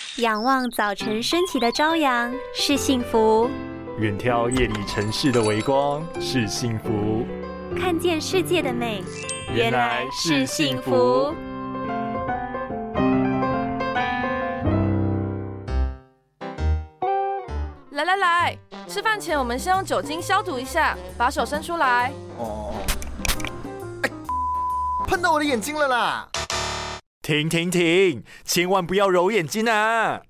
仰望早晨升起的朝阳是幸福， 远眺夜里城市的微光是幸福， 看见世界的美原来是幸福。 来，吃饭前我们先用酒精消毒一下，把手伸出来。 碰到我的眼睛了啦！ 停，千万不要揉眼睛啊！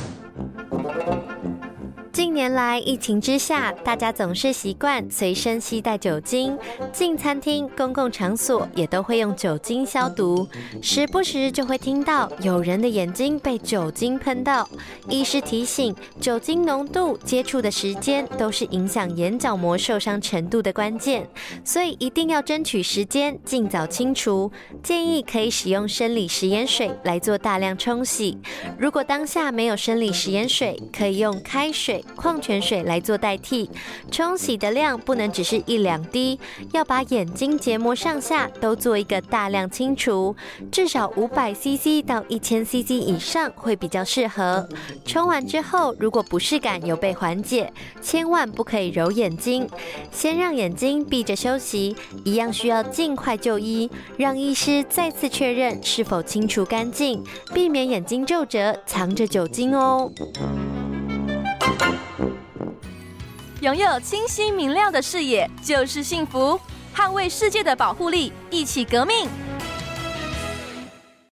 近年来，疫情之下，大家总是习惯随身携带酒精，进餐厅、公共场所也都会用酒精消毒，时不时就会听到有人的眼睛被酒精喷到。医师提醒，酒精浓度、接触的时间都是影响眼角膜受伤程度的关键，所以一定要争取时间，尽早清除。建议可以使用生理食盐水来做大量冲洗。如果当下没有生理食盐水，可以用开水、矿泉水来做代替，冲洗的量不能只是1-2滴，要把眼睛结膜上下都做一个大量清除，至少500cc 到1000cc 以上会比较适合。冲完之后，如果不适感有被缓解，千万不可以揉眼睛，先让眼睛闭着休息，一样需要尽快就医，让医师再次确认是否清除干净，避免眼睛皱褶藏着酒精哦。 拥有清晰明亮的视野就是幸福，捍卫世界的保护力，一起革命。